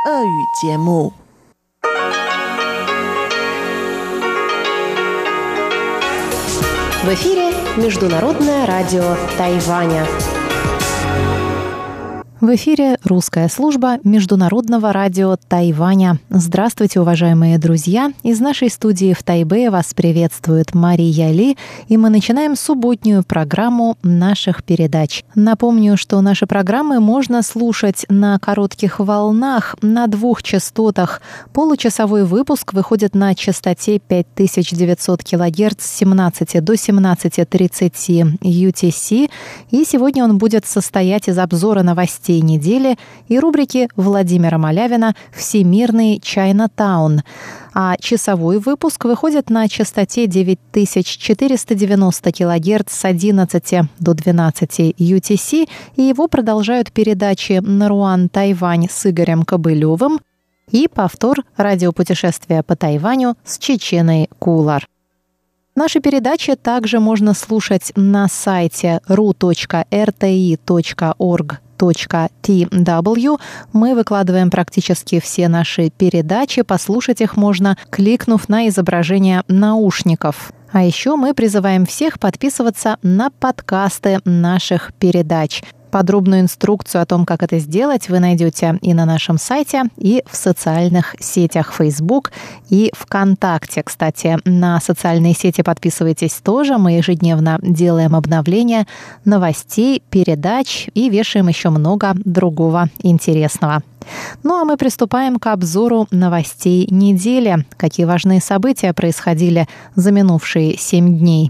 俄语节目。 В эфире Международное радио Тайваня. В эфире русская служба Международного радио Тайваня. Здравствуйте, уважаемые друзья! Из нашей студии в Тайбэе вас приветствует Мария Ли, и мы начинаем субботнюю программу наших передач. Напомню, что наши программы можно слушать на коротких волнах на 2 частотах. Получасовой выпуск выходит на частоте 5900 кГц с 17 до 17:30 UTC, и сегодня он будет состоять из обзора новостей недели и рубрики Владимира Малявина «Всемирный Чайнатаун». А часовой выпуск выходит на частоте 9490 кГц с 11 до 12 UTC, и его продолжают передачи «Наруан Тайвань» с Игорем Кобылевым и повтор радиопутешествия по Тайваню с Чеченой Кулар. Наши передачи также можно слушать на сайте ru.rti.org.tw. Мы выкладываем практически все наши передачи. Послушать их можно, кликнув на изображение наушников. А еще мы призываем всех подписываться на подкасты наших передач. Подробную инструкцию о том, как это сделать, вы найдете и на нашем сайте, и в социальных сетях Facebook и ВКонтакте. Кстати, на социальные сети подписывайтесь тоже. Мы ежедневно делаем обновления новостей, передач и вешаем еще много другого интересного. Ну а мы приступаем к обзору новостей недели. Какие важные события происходили за минувшие 7 дней.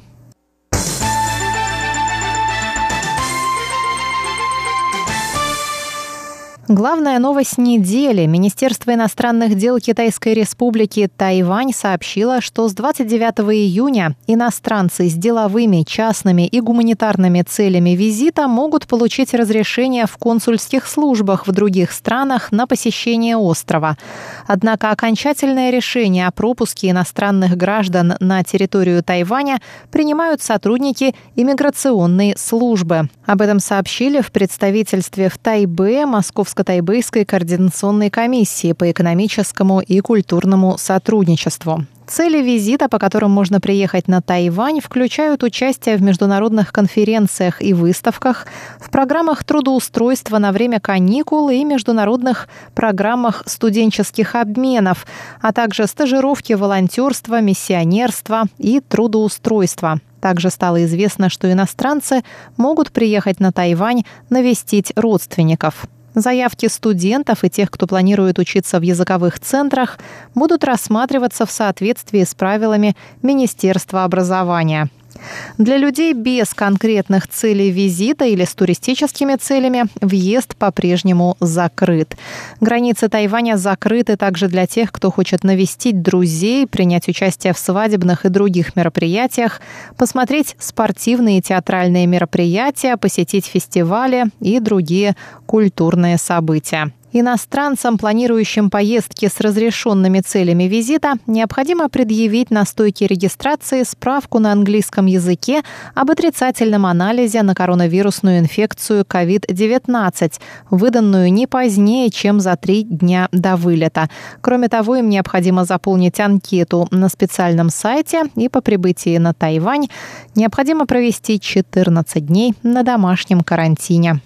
Главная новость недели. Министерство иностранных дел Китайской Республики Тайвань сообщило, что с 29 июня иностранцы с деловыми, частными и гуманитарными целями визита могут получить разрешение в консульских службах в других странах на посещение острова. Однако окончательное решение о пропуске иностранных граждан на территорию Тайваня принимают сотрудники иммиграционной службы. Об этом сообщили в представительстве в Тайбэе Московско-Тайбэйской координационной комиссии по экономическому и культурному сотрудничеству. Цели визита, по которым можно приехать на Тайвань, включают участие в международных конференциях и выставках, в программах трудоустройства на время каникул и международных программах студенческих обменов, а также стажировки, волонтерства, миссионерства и трудоустройства. Также стало известно, что иностранцы могут приехать на Тайвань навестить родственников. Заявки студентов и тех, кто планирует учиться в языковых центрах, будут рассматриваться в соответствии с правилами Министерства образования. Для людей без конкретных целей визита или с туристическими целями въезд по-прежнему закрыт. Границы Тайваня закрыты также для тех, кто хочет навестить друзей, принять участие в свадебных и других мероприятиях, посмотреть спортивные и театральные мероприятия, посетить фестивали и другие культурные события. Иностранцам, планирующим поездки с разрешенными целями визита, необходимо предъявить на стойке регистрации справку на английском языке об отрицательном анализе на коронавирусную инфекцию COVID-19, выданную не позднее, чем за 3 дня до вылета. Кроме того, им необходимо заполнить анкету на специальном сайте, и по прибытии на Тайвань необходимо провести 14 дней на домашнем карантине.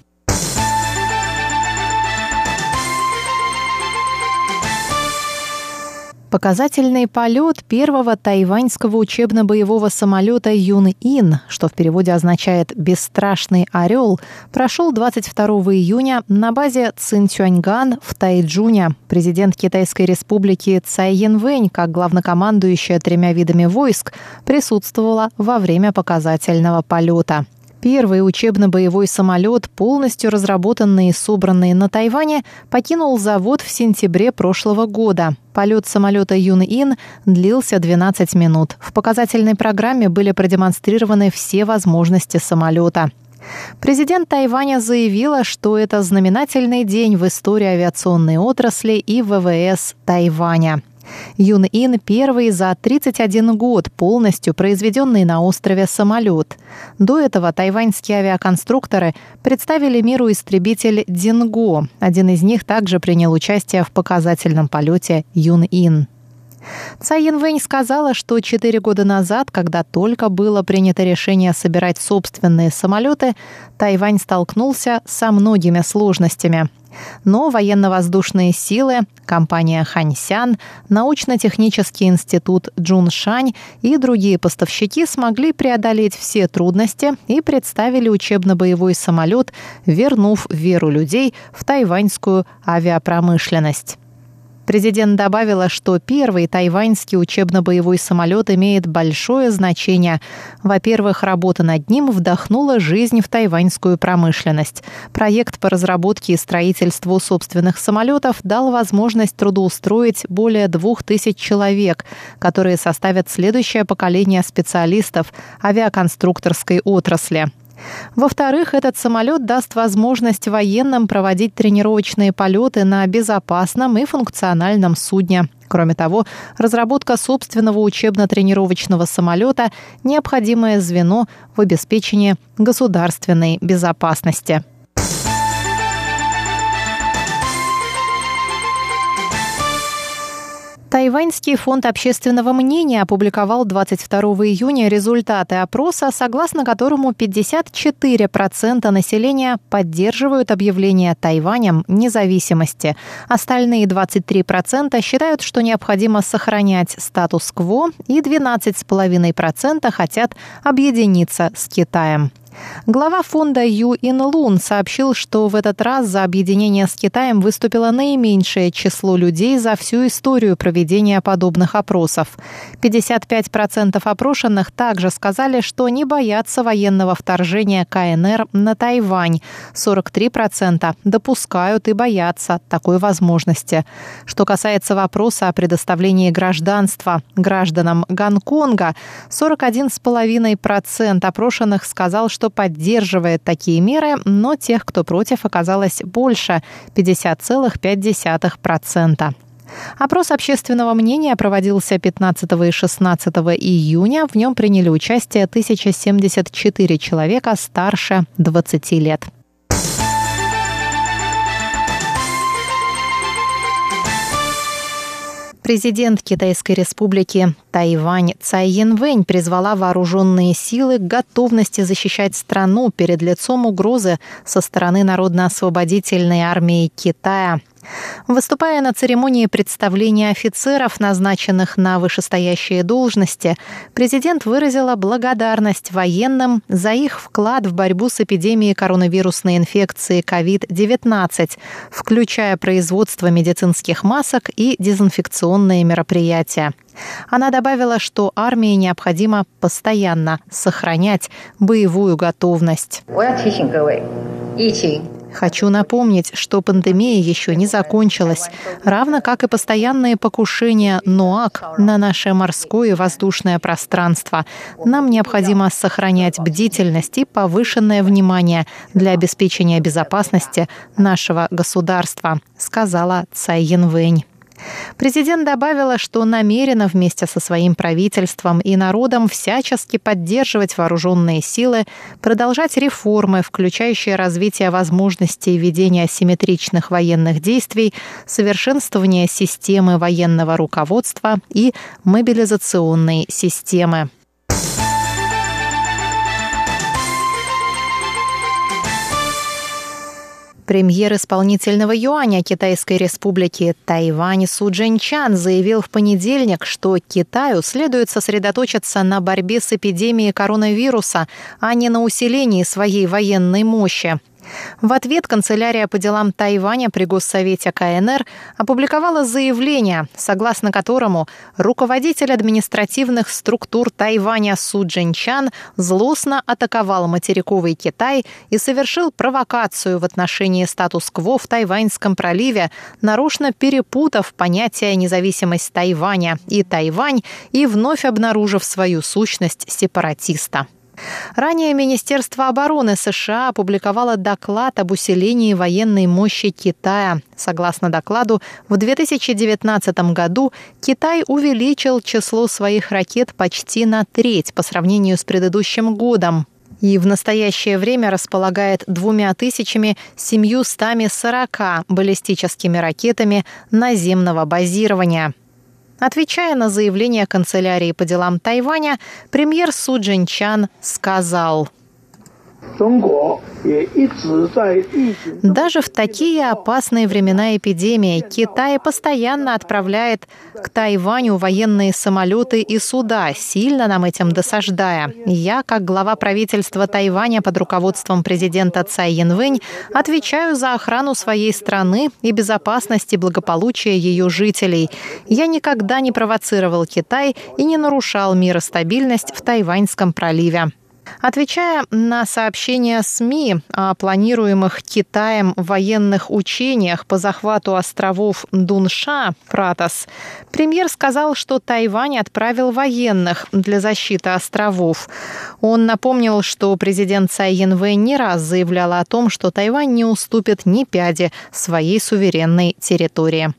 Показательный полет первого тайваньского учебно-боевого самолета Юн-Ин, что в переводе означает «бесстрашный орел», прошел 22 июня на базе Цинцюаньган в Тайчжуне. Президент Китайской Республики Цай Янвэнь, как главнокомандующая 3 видами войск, присутствовала во время показательного полета. Первый учебно-боевой самолет, полностью разработанный и собранный на Тайване, покинул завод в сентябре прошлого года. Полет самолета Юн-Ин длился 12 минут. В показательной программе были продемонстрированы все возможности самолета. Президент Тайваня заявила, что это знаменательный день в истории авиационной отрасли и ВВС Тайваня. Юн-Ин – первый за 31 год полностью произведенный на острове самолет. До этого тайваньские авиаконструкторы представили миру истребитель «Динго». Один из них также принял участие в показательном полете Юн-Ин. Цай Янвэнь сказала, что 4 года назад, когда только было принято решение собирать собственные самолеты, Тайвань столкнулся со многими сложностями. Но военно-воздушные силы, компания Ханьсян, научно-технический институт Джуншань и другие поставщики смогли преодолеть все трудности и представили учебно-боевой самолет, вернув веру людей в тайваньскую авиапромышленность. Президент добавила, что первый тайваньский учебно-боевой самолет имеет большое значение. Во-первых, работа над ним вдохнула жизнь в тайваньскую промышленность. Проект по разработке и строительству собственных самолетов дал возможность трудоустроить более 2000 человек, которые составят следующее поколение специалистов авиаконструкторской отрасли. Во-вторых, этот самолет даст возможность военным проводить тренировочные полеты на безопасном и функциональном судне. Кроме того, разработка собственного учебно-тренировочного самолета – необходимое звено в обеспечении государственной безопасности. Тайваньский фонд общественного мнения опубликовал 22 июня результаты опроса, согласно которому 54% населения поддерживают объявление Тайванем независимости. Остальные 23% считают, что необходимо сохранять статус-кво, и 12,5% хотят объединиться с Китаем. Глава фонда Ю Ин Лун сообщил, что в этот раз за объединение с Китаем выступило наименьшее число людей за всю историю проведения подобных опросов. 55% опрошенных также сказали, что не боятся военного вторжения КНР на Тайвань. 43% допускают и боятся такой возможности. Что касается вопроса о предоставлении гражданства гражданам Гонконга, 41,5% опрошенных сказал, что поддерживает такие меры, но тех, кто против, оказалось больше – 50,5%. Опрос общественного мнения проводился 15 и 16 июня. В нем приняли участие 1074 человека старше 20 лет. Президент Китайской республики Тайвань Цай Янвэнь призвала вооруженные силы к готовности защищать страну перед лицом угрозы со стороны Народно-освободительной армии Китая. Выступая на церемонии представления офицеров, назначенных на вышестоящие должности, президент выразила благодарность военным за их вклад в борьбу с эпидемией коронавирусной инфекции COVID-19, включая производство медицинских масок и дезинфекционные мероприятия. Она добавила, что армии необходимо постоянно сохранять боевую готовность. Хочу напомнить, что пандемия еще не закончилась, равно как и постоянные покушения НОАК на наше морское и воздушное пространство. Нам необходимо сохранять бдительность и повышенное внимание для обеспечения безопасности нашего государства, сказала Цай Янвэнь. Президент добавила, что намерена вместе со своим правительством и народом всячески поддерживать вооруженные силы, продолжать реформы, включающие развитие возможностей ведения асимметричных военных действий, совершенствование системы военного руководства и мобилизационной системы. Премьер исполнительного юаня Китайской республики Тайвань Су Чжэньчан заявил в понедельник, что Китаю следует сосредоточиться на борьбе с эпидемией коронавируса, а не на усилении своей военной мощи. В ответ канцелярия по делам Тайваня при Госсовете КНР опубликовала заявление, согласно которому руководитель административных структур Тайваня Су Чжэньчан злостно атаковал материковый Китай и совершил провокацию в отношении статус-кво в Тайваньском проливе, нарочно перепутав понятие «независимость Тайваня» и «Тайвань» и вновь обнаружив свою сущность сепаратиста. Ранее Министерство обороны США опубликовало доклад об усилении военной мощи Китая. Согласно докладу, в 2019 году Китай увеличил число своих ракет почти на треть по сравнению с предыдущим годом и в настоящее время располагает 2740 баллистическими ракетами наземного базирования. Отвечая на заявление канцелярии по делам Тайваня, премьер Су Чжэньчан сказал: «Даже в такие опасные времена эпидемии Китай постоянно отправляет к Тайваню военные самолеты и суда, сильно нам этим досаждая. Я, как глава правительства Тайваня под руководством президента Цай Янвэнь, отвечаю за охрану своей страны и безопасность и благополучие ее жителей. Я никогда не провоцировал Китай и не нарушал мир и стабильность в Тайваньском проливе». Отвечая на сообщения СМИ о планируемых Китаем военных учениях по захвату островов Дунша, Пратос, премьер сказал, что Тайвань отправил военных для защиты островов. Он напомнил, что президент Цай Янвэнь не раз заявляла о том, что Тайвань не уступит ни пяди своей суверенной территории.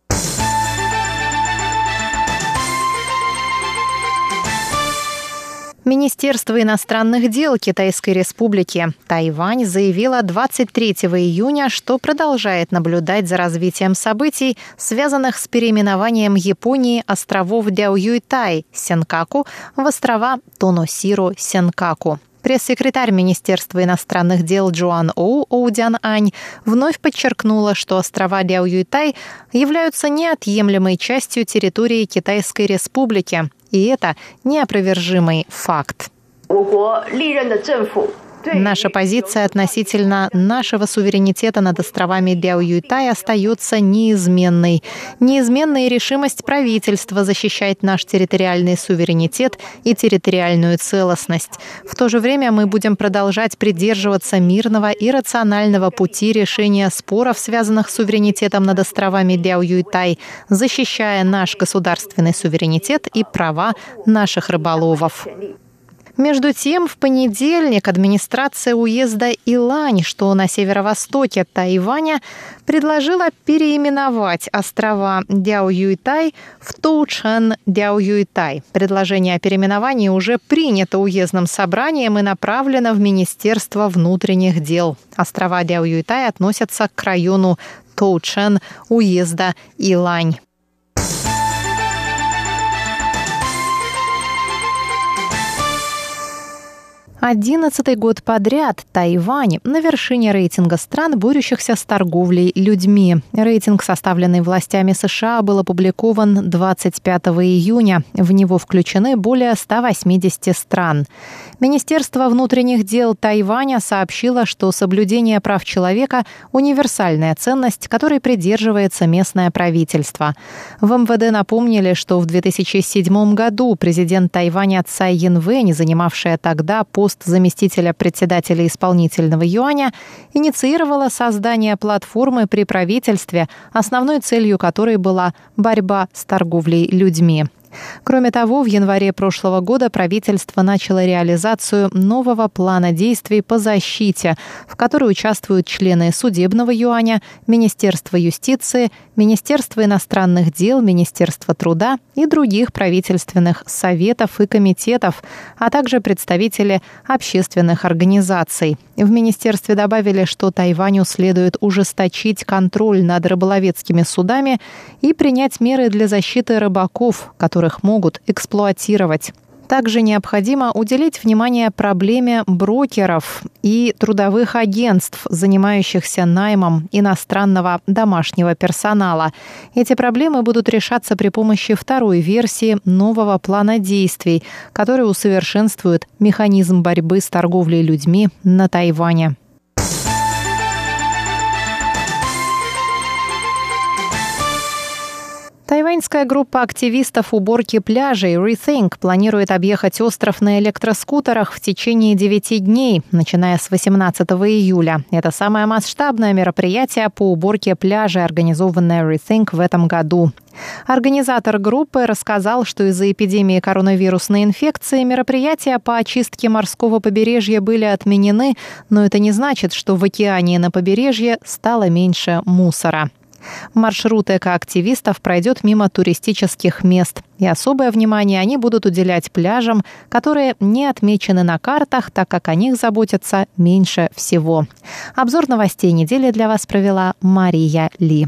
Министерство иностранных дел Китайской Республики Тайвань заявило 23 июня, что продолжает наблюдать за развитием событий, связанных с переименованием Японии островов Дяоюйтай, Сенкаку в острова Тоносиро-Сенкаку. Пресс-секретарь Министерства иностранных дел Джоан Оудян Ань вновь подчеркнула, что острова Дяоюйтай являются неотъемлемой частью территории Китайской Республики, и это неопровержимый факт. Наша позиция относительно нашего суверенитета над островами Дяоюйтай остается неизменной. Неизменная решимость правительства защищать наш территориальный суверенитет и территориальную целостность. В то же время мы будем продолжать придерживаться мирного и рационального пути решения споров, связанных с суверенитетом над островами Дяоюйтай, защищая наш государственный суверенитет и права наших рыболовов. Между тем, в понедельник администрация уезда Илань, что на северо-востоке Тайваня, предложила переименовать острова Дяоюйтай в Тоучэн-Дяоюйтай. Предложение о переименовании уже принято уездным собранием и направлено в Министерство внутренних дел. Острова Дяоюйтай относятся к району Тоучэн уезда Илань. 11-й год подряд Тайвань на вершине рейтинга стран, борющихся с торговлей людьми. Рейтинг, составленный властями США, был опубликован 25 июня. В него включены более 180 стран. Министерство внутренних дел Тайваня сообщило, что соблюдение прав человека – универсальная ценность, которой придерживается местное правительство. В МВД напомнили, что в 2007 году президент Тайваня Цай Янвэнь, занимавшая тогда пост заместителя председателя исполнительного юаня, инициировала создание платформы при правительстве, основной целью которой была борьба с торговлей людьми. Кроме того, в январе прошлого года правительство начало реализацию нового плана действий по защите, в которой участвуют члены судебного юаня, Министерства юстиции, Министерства иностранных дел, Министерства труда и других правительственных советов и комитетов, а также представители общественных организаций. В министерстве добавили, что Тайваню следует ужесточить контроль над рыболовецкими судами и принять меры для защиты рыбаков, которых могут эксплуатировать. Также необходимо уделить внимание проблеме брокеров и трудовых агентств, занимающихся наймом иностранного домашнего персонала. Эти проблемы будут решаться при помощи второй версии нового плана действий, который усовершенствует механизм борьбы с торговлей людьми на Тайване. Тайваньская группа активистов уборки пляжей Rethink планирует объехать остров на электроскутерах в течение 9 дней, начиная с 18 июля. Это самое масштабное мероприятие по уборке пляжей, организованное Rethink в этом году. Организатор группы рассказал, что из-за эпидемии коронавирусной инфекции мероприятия по очистке морского побережья были отменены, но это не значит, что в океане и на побережье стало меньше мусора. Маршрут экоактивистов пройдет мимо туристических мест, и особое внимание они будут уделять пляжам, которые не отмечены на картах, так как о них заботятся меньше всего. Обзор новостей недели для вас провела Мария Ли.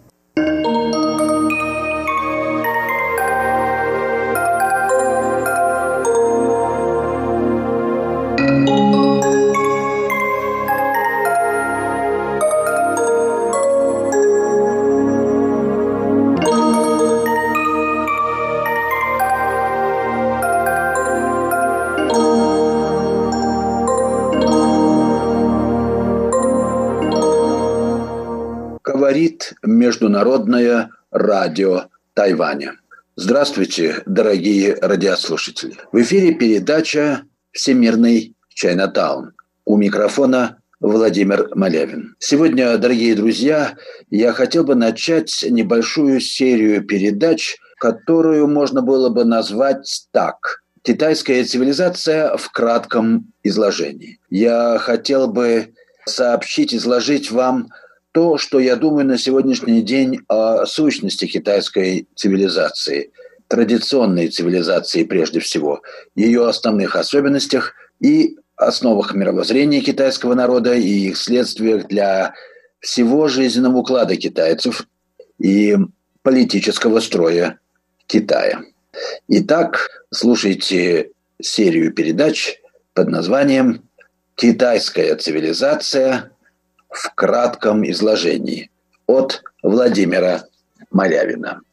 Говорит Международное радио Тайваня. Здравствуйте, дорогие радиослушатели. В эфире передача «Всемирный Чайнатаун». У микрофона Владимир Малявин. Сегодня, дорогие друзья, я хотел бы начать небольшую серию передач, которую можно было бы назвать так: «Китайская цивилизация в кратком изложении». Я хотел бы изложить вам то, что я думаю на сегодняшний день о сущности китайской цивилизации, традиционной цивилизации прежде всего, ее основных особенностях и основах мировоззрения китайского народа и их следствиях для всего жизненного уклада китайцев и политического строя Китая. Итак, слушайте серию передач под названием «Китайская цивилизация в кратком изложении» от Владимира Малявина.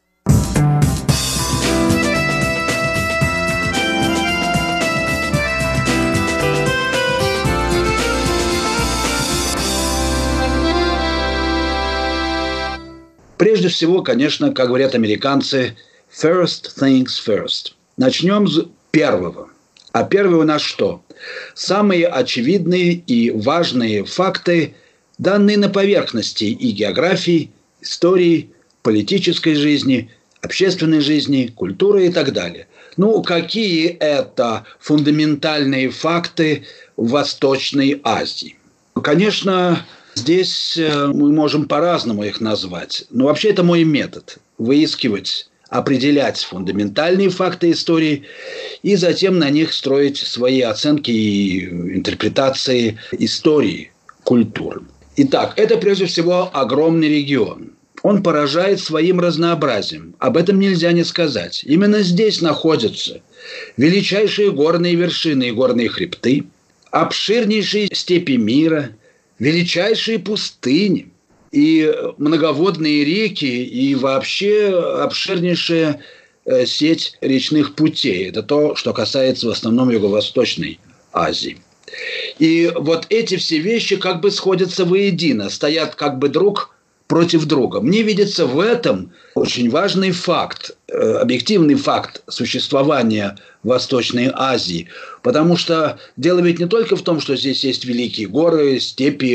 Прежде всего, конечно, как говорят американцы, first things first. Начнем с первого. А первое у нас что? Самые очевидные и важные факты, данные на поверхности и географии, истории, политической жизни, общественной жизни, культуры и так далее. Ну, какие это фундаментальные факты в Восточной Азии? Конечно, здесь мы можем по-разному их назвать. Но вообще это мой метод – выискивать, определять фундаментальные факты истории и затем на них строить свои оценки и интерпретации истории, культуры. Итак, это прежде всего огромный регион. Он поражает своим разнообразием. Об этом нельзя не сказать. Именно здесь находятся величайшие горные вершины и горные хребты, обширнейшие степи мира, величайшие пустыни и многоводные реки, и вообще обширнейшая сеть речных путей. Это то, что касается в основном Юго-Восточной Азии. И вот эти все вещи как бы сходятся воедино, стоят как бы друг против друга. Мне видится в этом очень важный факт, объективный факт существования Восточной Азии. Потому что дело ведь не только в том, что здесь есть великие горы, степи,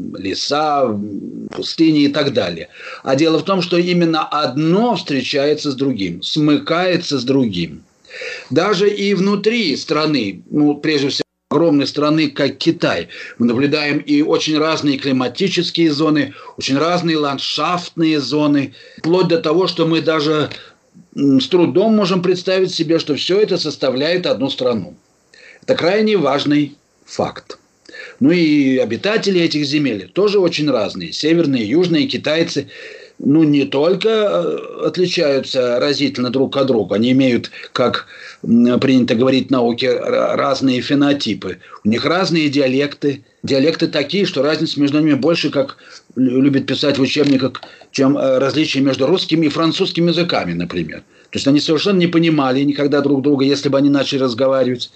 леса, пустыни и так далее. А дело в том, что именно одно встречается с другим, смыкается с другим. Даже и внутри страны, прежде всего, огромной страны, как Китай, мы наблюдаем и очень разные климатические зоны, очень разные ландшафтные зоны, вплоть до того, что мы даже с трудом можем представить себе, что все это составляет одну страну. Это крайне важный факт. Ну и обитатели этих земель тоже очень разные. Северные, южные китайцы не только отличаются разительно друг от друга, они имеют, как принято говорить в науке, разные фенотипы. У них разные диалекты. Диалекты такие, что разница между ними больше, как любят писать в учебниках, чем различия между русским и французским языками, например. То есть они совершенно не понимали никогда друг друга, если бы они начали разговаривать.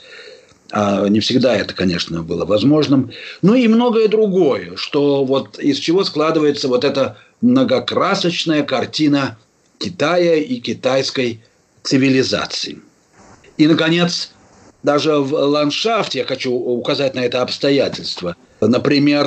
А не всегда это, конечно, было возможным. Ну и многое другое, что вот из чего складывается вот эта многокрасочная картина Китая и китайской цивилизации. И, наконец, даже в ландшафте я хочу указать на это обстоятельство. Например,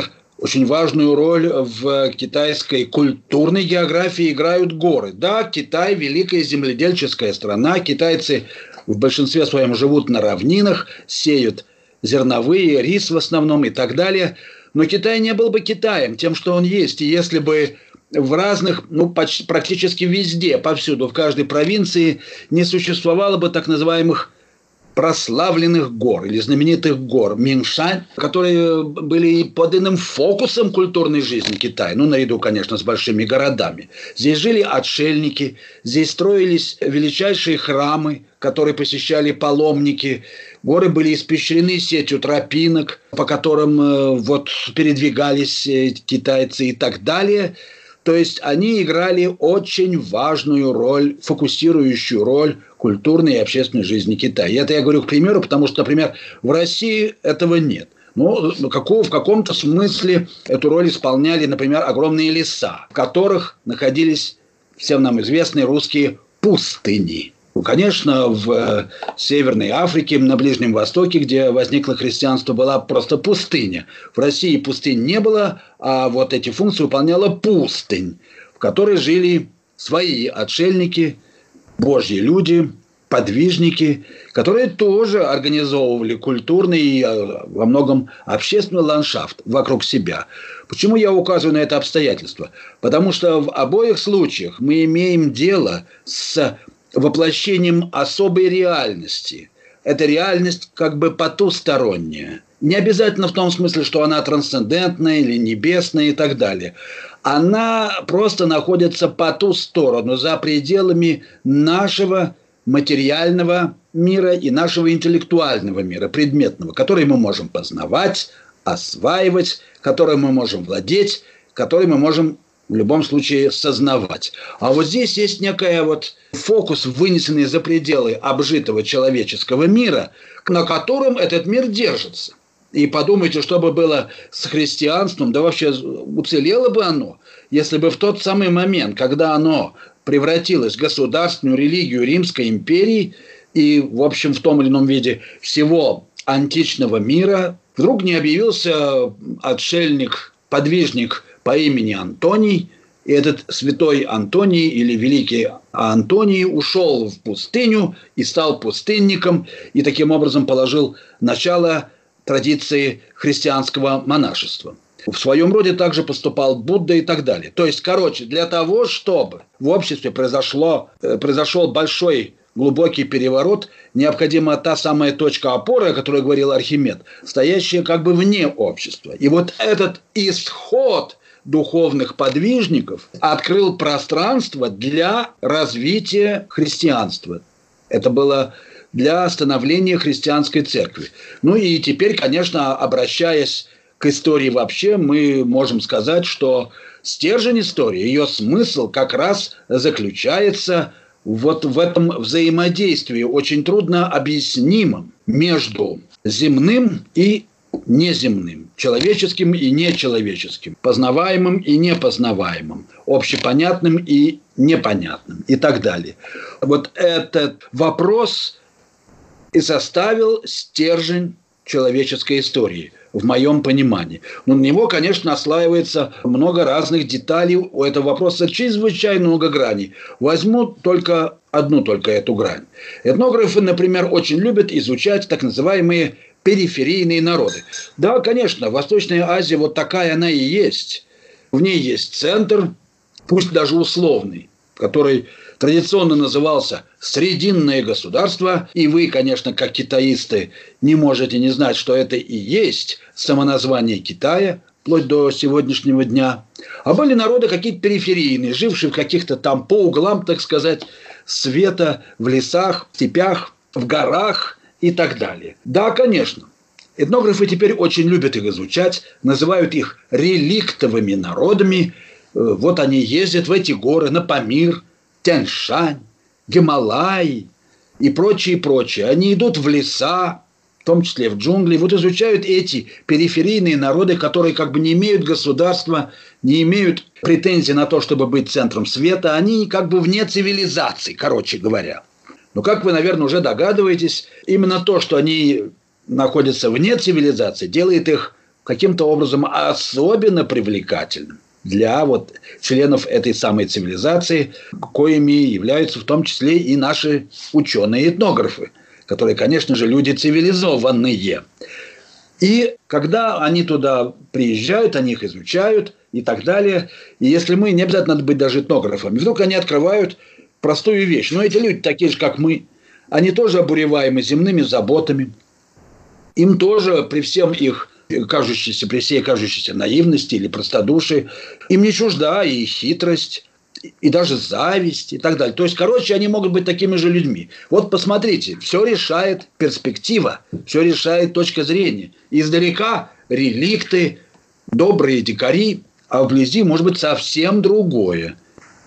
очень важную роль в китайской культурной географии играют горы. Да, Китай – великая земледельческая страна. Китайцы в большинстве своем живут на равнинах, сеют зерновые, рис в основном и так далее. Но Китай не был бы Китаем тем, что он есть. И если бы в разных, практически везде, повсюду, в каждой провинции не существовало бы так называемых прославленных гор или знаменитых гор Миншань, которые были под иным фокусом культурной жизни Китая, наряду, конечно, с большими городами. Здесь жили отшельники, здесь строились величайшие храмы, которые посещали паломники. Горы были испещрены сетью тропинок, по которым передвигались китайцы и так далее. То есть они играли очень важную роль, фокусирующую роль культурной и общественной жизни Китая. И это я говорю к примеру, потому что, например, в России этого нет. В каком-то смысле эту роль исполняли, например, огромные леса, в которых находились всем нам известные русские пустыни. Конечно, в Северной Африке, на Ближнем Востоке, где возникло христианство, была просто пустыня. В России пустынь не было, а эти функции выполняла пустынь, в которой жили свои отшельники, божьи люди, подвижники, которые тоже организовывали культурный и во многом общественный ландшафт вокруг себя. Почему я указываю на это обстоятельство? Потому что в обоих случаях мы имеем дело с воплощением особой реальности. Эта реальность как бы потусторонняя. Не обязательно в том смысле, что она трансцендентная или небесная и так далее. Она просто находится по ту сторону, за пределами нашего материального мира и нашего интеллектуального мира, предметного, который мы можем познавать, осваивать, которым мы можем владеть, который мы можем в любом случае сознавать. А здесь есть некая фокус, вынесенный за пределы обжитого человеческого мира, на котором этот мир держится. И подумайте, что бы было с христианством, да вообще уцелело бы оно, если бы в тот самый момент, когда оно превратилось в государственную религию Римской империи и, в общем, в том или ином виде всего античного мира, вдруг не объявился отшельник, подвижник по имени Антоний, и этот святой Антоний или великий Антоний ушел в пустыню и стал пустынником, и таким образом положил начало традиции христианского монашества. В своем роде также поступал Будда и так далее. То есть, для того, чтобы в обществе произошел большой глубокий переворот, необходима та самая точка опоры, о которой говорил Архимед, стоящая как бы вне общества. И этот исход духовных подвижников открыл пространство для развития христианства. Это было для становления христианской церкви. И теперь, конечно, обращаясь к истории вообще, мы можем сказать, что стержень истории, ее смысл как раз заключается в этом взаимодействии, очень трудно объяснимом между земным и неземным, человеческим и нечеловеческим, познаваемым и непознаваемым, общепонятным и непонятным и так далее. Этот вопрос и составил стержень человеческой истории, в моем понимании. На него, конечно, наслаивается много разных деталей. У этого вопроса чрезвычайно много граней. Возьму только эту грань. Этнографы, например, очень любят изучать так называемые периферийные народы. Да, конечно, Восточная Азия такая она и есть. В ней есть центр, пусть даже условный, который традиционно назывался «Срединное государство», и вы, конечно, как китаисты, не можете не знать, что это и есть самоназвание Китая, вплоть до сегодняшнего дня. А были народы какие-то периферийные, жившие в каких-то там по углам, так сказать, света, в лесах, в степях, в горах и так далее. Да, конечно. Этнографы теперь очень любят их изучать, называют их реликтовыми народами. Они ездят в эти горы, на Памир, Тянь-Шань, Гималаи и прочее, прочее. Они идут в леса, в том числе в джунгли, изучают эти периферийные народы, которые как бы не имеют государства, не имеют претензий на то, чтобы быть центром света, они как бы вне цивилизации, короче говоря. Но, как вы, наверное, уже догадываетесь, именно то, что они находятся вне цивилизации, делает их каким-то образом особенно привлекательным для членов этой самой цивилизации, коими являются в том числе и наши ученые-этнографы, которые, конечно же, люди цивилизованные. И когда они туда приезжают, они их изучают и так далее. И если мы, не обязательно надо быть даже этнографами, вдруг они открывают простую вещь. Но эти люди такие же, как мы. Они тоже обуреваемы земными заботами. Им тоже при всем их при всей кажущейся наивности или простодушии, им не чужда и хитрость, и даже зависть и так далее. То есть, они могут быть такими же людьми. Вот посмотрите, все решает перспектива, все решает точка зрения. Издалека реликты, добрые дикари, а вблизи может быть совсем другое.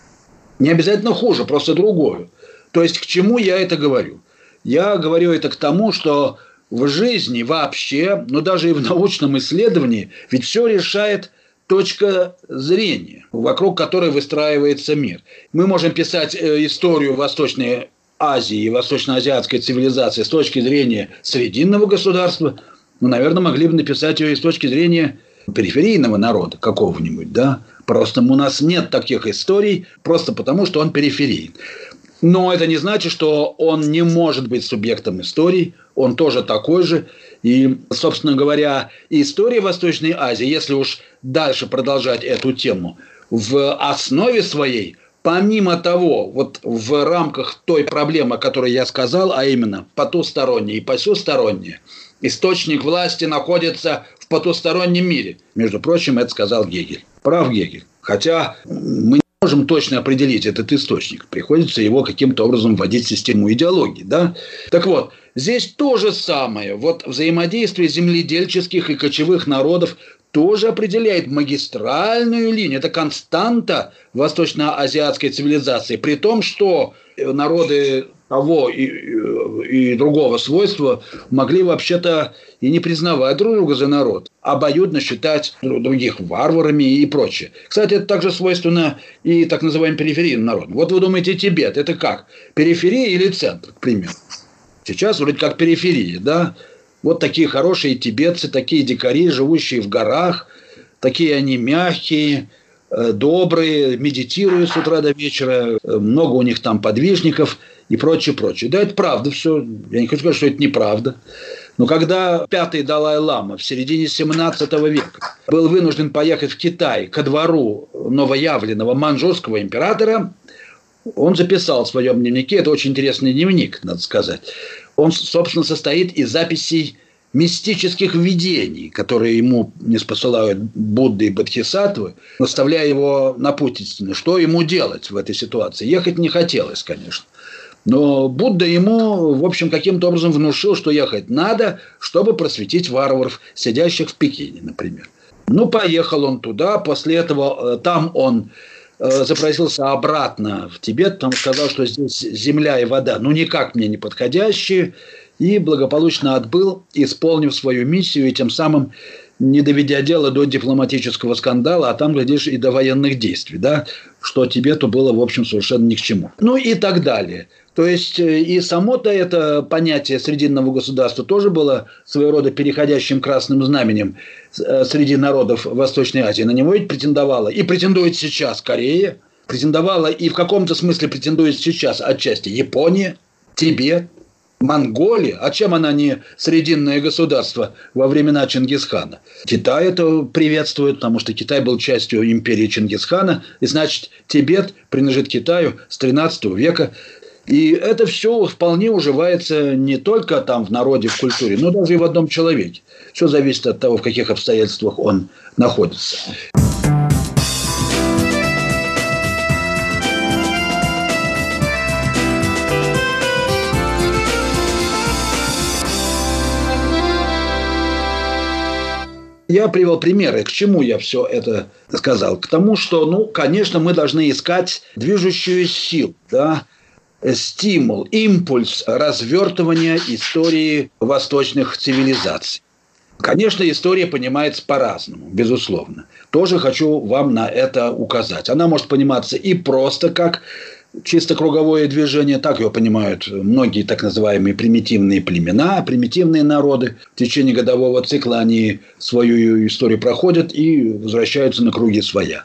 Не обязательно хуже, просто другое. То есть, к чему я это говорю? Я говорю это к тому, что в жизни вообще, но даже и в научном исследовании, ведь все решает точка зрения, вокруг которой выстраивается мир. Мы можем писать историю Восточной Азии и восточноазиатской цивилизации с точки зрения срединного государства, но, наверное, могли бы написать ее и с точки зрения периферийного народа какого-нибудь, да? Просто у нас нет таких историй, просто потому, что он периферийный. Но это не значит, что он не может быть субъектом истории, он тоже такой же. И, собственно говоря, история Восточной Азии, если уж дальше продолжать эту тему, в основе своей, помимо того, в рамках той проблемы, о которой я сказал, а именно потустороннее и посюстороннее, источник власти находится в потустороннем мире. Между прочим, это сказал Гегель. Прав Гегель. Хотя мы не можем точно определить этот источник. Приходится его каким-то образом вводить в систему идеологии. Да? Так вот, здесь то же самое. Взаимодействие земледельческих и кочевых народов тоже определяет магистральную линию. Это константа восточноазиатской цивилизации. При том, что народы того и другого свойства могли вообще-то и не признавать друг друга за народ, обоюдно считать других варварами и прочее. Кстати, это также свойственно и так называемым периферийным народам. Вы думаете, Тибет – это как? Периферия или центр, к примеру? Сейчас вроде как периферия, да? Такие хорошие тибетцы, такие дикари, живущие в горах, такие они мягкие, добрые, медитируют с утра до вечера, много у них там подвижников и прочее, прочее. Да, это правда все. Я не хочу сказать, что это неправда. Но когда 5-й Далай-лама в середине 17 века был вынужден поехать в Китай ко двору новоявленного маньчжурского императора, он записал в своем дневнике, это очень интересный дневник, надо сказать, он, собственно, состоит из записей мистических видений, которые ему ниспосылают Будды и Бодхисаттвы, наставляя его на путь истины. Что ему делать в этой ситуации? Ехать не хотелось, конечно. Но Будда ему, в общем, каким-то образом внушил, что ехать надо, чтобы просветить варваров, сидящих в Пекине, например. Поехал он туда, после этого там он запросился обратно в Тибет, там сказал, что здесь земля и вода, никак мне не подходящие, и благополучно отбыл, исполнив свою миссию, и тем самым не доведя дело до дипломатического скандала, а там, глядишь, и до военных действий, да, что Тибету было, в общем, совершенно ни к чему. И так далее. То есть, и само-то это понятие срединного государства тоже было своего рода переходящим красным знаменем среди народов Восточной Азии. На него ведь претендовала и претендует сейчас Корея, претендовала и в каком-то смысле претендует сейчас отчасти Япония, Тибет, Монголия. А чем она не срединное государство во времена Чингисхана? Китай это приветствует, потому что Китай был частью империи Чингисхана, и значит Тибет принадлежит Китаю с 13 века. И это все вполне уживается не только там в народе, в культуре, но даже и в одном человеке. Все зависит от того, в каких обстоятельствах он находится. Я привел примеры. К чему я все это сказал? К тому, что, конечно, мы должны искать движущую силу, да? Стимул, импульс развертывания истории восточных цивилизаций. Конечно, история понимается по-разному, безусловно. Тоже хочу вам на это указать. Она может пониматься и просто как чисто круговое движение, так его понимают многие так называемые примитивные племена, примитивные народы. В течение годового цикла они свою историю проходят и возвращаются на круги своя.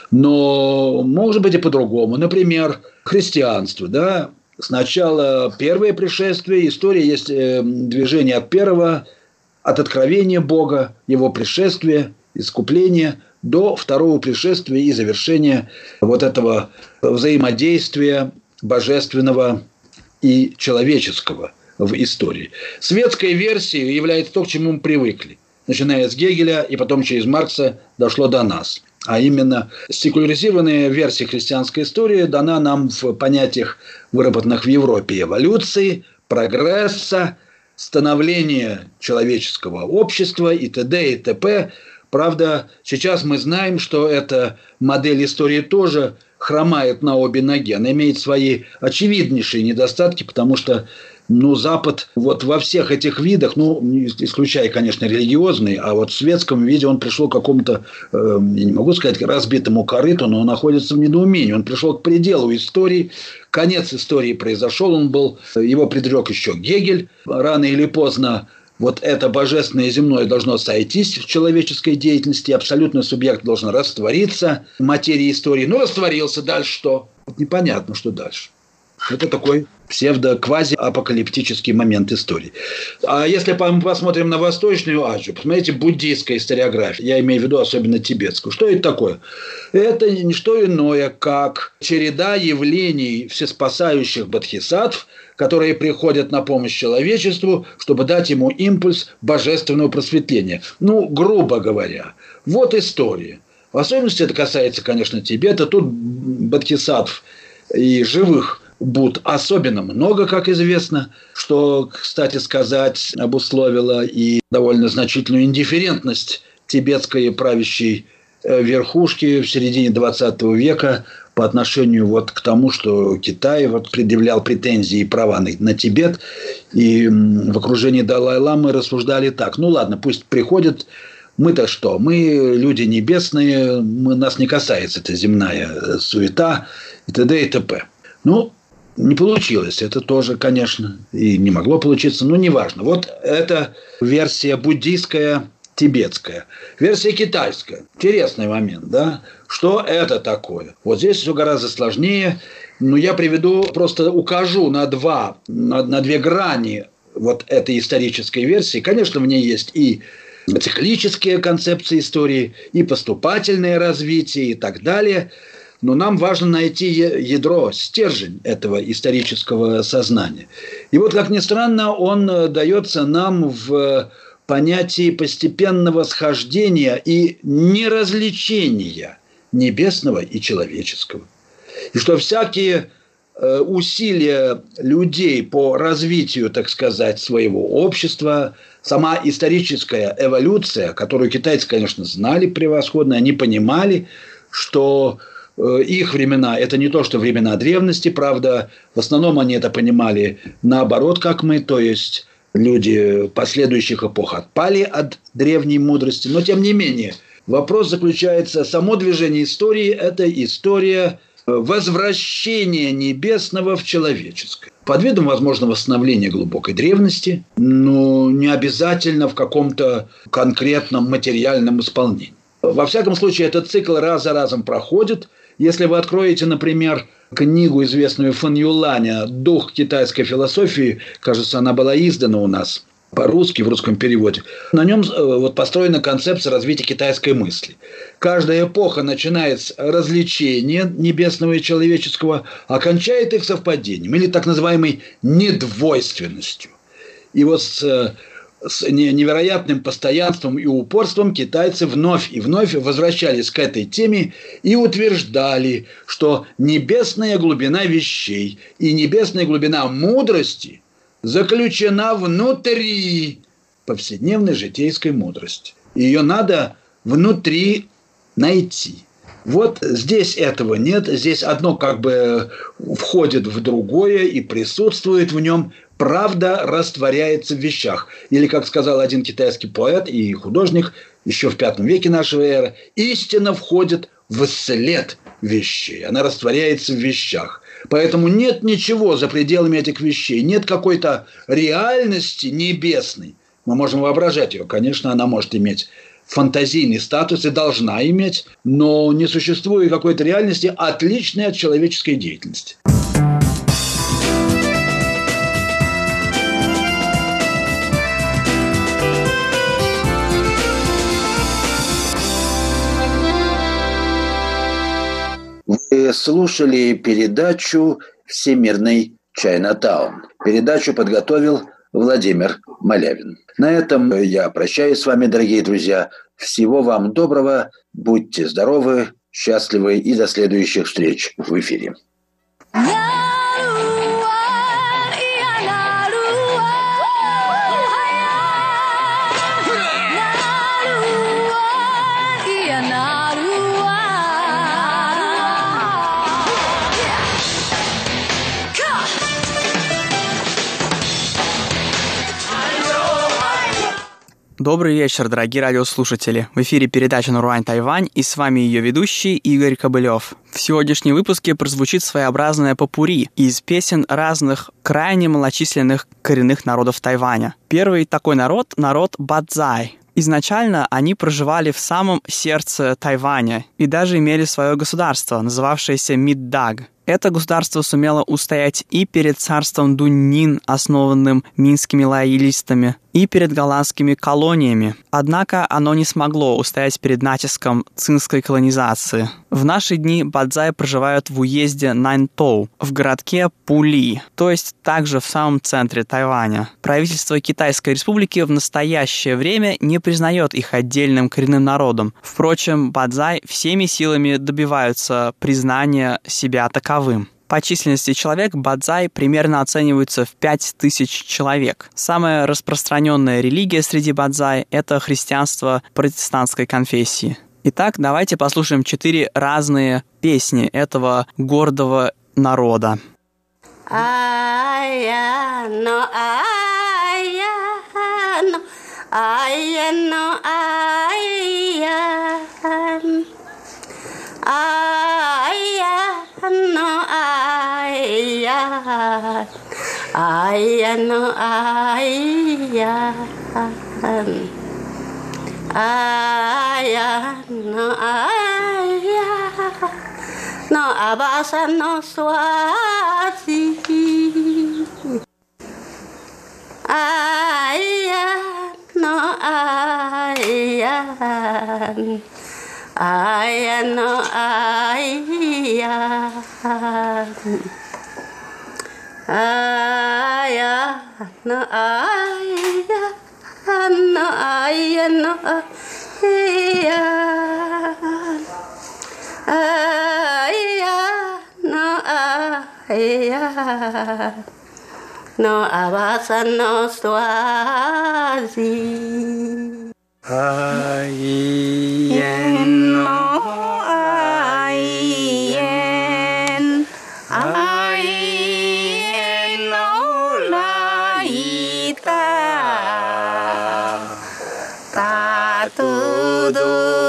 Но может быть и по-другому. Например, христианство, да? Сначала первое пришествие, история есть движение от первого, от откровения Бога, его пришествия, искупления, до второго пришествия и завершения вот этого взаимодействия божественного и человеческого в истории. Светская версия является то, к чему мы привыкли. Начиная с Гегеля и потом через Маркса дошло до нас. А именно, секуляризированная версия христианской истории дана нам в понятиях, выработанных в Европе: эволюции, прогресса, становления человеческого общества и т.д. и т.п. Правда, сейчас мы знаем, что эта модель истории тоже хромает на обе ноги. Она имеет свои очевиднейшие недостатки, потому что Запад вот во всех этих видах, исключая, конечно, религиозный, а вот в светском виде он пришел к какому-то, я не могу сказать, разбитому корыту, но он находится в недоумении. Он пришел к пределу истории, конец истории произошел, его предрек еще Гегель. Рано или поздно вот это божественное и земное должно сойтись в человеческой деятельности, абсолютный субъект должен раствориться в материи истории. Растворился, дальше что? Вот непонятно, что дальше. Это такой псевдо-квази-апокалиптический момент истории. А если мы посмотрим на Восточную Азию, посмотрите буддийская историография, я имею в виду особенно тибетскую. Что это такое? Это не что иное, как череда явлений всеспасающих бодхисаттв, которые приходят на помощь человечеству, чтобы дать ему импульс божественного просветления. Грубо говоря, вот история. В особенности это касается, конечно, Тибета. Тут бодхисаттв и живых Будд особенно много, как известно, что, кстати сказать, обусловило и довольно значительную индифферентность тибетской правящей верхушки в середине XX века по отношению к тому, что Китай предъявлял претензии и права на Тибет. И в окружении Далай-ламы рассуждали так: ладно, пусть приходят, мы-то что? Мы люди небесные, нас не касается эта земная суета и т.д. и т.п. Не получилось. Это тоже, конечно, и не могло получиться, но неважно. Вот это версия буддийская, тибетская. Версия китайская. Интересный момент, да? Что это такое? Вот здесь все гораздо сложнее. Я просто укажу на две грани вот этой исторической версии. Конечно, в ней есть и циклические концепции истории, и поступательное развитие, и так далее. Но нам важно найти ядро, стержень этого исторического сознания. И вот, как ни странно, он дается нам в понятии постепенного схождения и неразличения небесного и человеческого. И что всякие усилия людей по развитию, так сказать, своего общества, сама историческая эволюция, которую китайцы, конечно, знали превосходно, они понимали, что их времена – это не то, что времена древности, правда, в основном они это понимали наоборот, как мы, то есть люди последующих эпох отпали от древней мудрости, но тем не менее вопрос заключается, само движение истории – это история возвращения небесного в человеческое. Под видом, возможно, восстановления глубокой древности, но не обязательно в каком-то конкретном материальном исполнении. Во всяком случае, этот цикл раз за разом проходит. Если вы откроете, например, книгу, известную Фэн Юланя «Дух китайской философии», кажется, она была издана у нас по-русски, в русском переводе, на нем построена концепция развития китайской мысли. Каждая эпоха начинает с развлечения небесного и человеческого, а кончает их совпадением, или так называемой недвойственностью. И с невероятным постоянством и упорством китайцы вновь и вновь возвращались к этой теме и утверждали, что небесная глубина вещей и небесная глубина мудрости заключена внутри повседневной житейской мудрости. Ее надо внутри найти. Вот здесь этого нет, здесь одно входит в другое и присутствует в нем. Правда растворяется в вещах. Или, как сказал один китайский поэт и художник еще в V веке нашей эры, истина входит в след вещей. Она растворяется в вещах. Поэтому нет ничего за пределами этих вещей, нет какой-то реальности небесной. Мы можем воображать ее, конечно, она может иметь фантазийный статус и должна иметь, но не существует какой-то реальности, отличной от человеческой деятельности. Вы слушали передачу «Всемирный Чайнатаун». Передачу подготовил Владимир Малявин. На этом я прощаюсь с вами, дорогие друзья. Всего вам доброго, будьте здоровы, счастливы и до следующих встреч в эфире. Добрый вечер, дорогие радиослушатели. В эфире передача «Наруань Тайвань» и с вами ее ведущий Игорь Кобылев. В сегодняшнем выпуске прозвучит своеобразное попурри из песен разных крайне малочисленных коренных народов Тайваня. Первый такой народ – народ Бадзай. Изначально они проживали в самом сердце Тайваня и даже имели свое государство, называвшееся Миддаг. Это государство сумело устоять и перед царством Дуньнин, основанным минскими лоялистами, и перед голландскими колониями. Однако оно не смогло устоять перед натиском цинской колонизации. В наши дни бадзаи проживают в уезде Наньтоу, в городке Пули, то есть также в самом центре Тайваня. Правительство Китайской Республики в настоящее время не признает их отдельным коренным народом. Впрочем, бадзаи всеми силами добиваются признания себя таковым. По численности человек бадзаи примерно оцениваются в 5000 человек. Самая распространенная религия среди бадзаи – это христианство протестантской конфессии. Итак, давайте послушаем 4 разные песни этого гордого народа. No abasa no swazi aya no aya aya no aya aya no aya no aya no aya no abasa no swazi Ayen no ayen ayen no laita ta tu du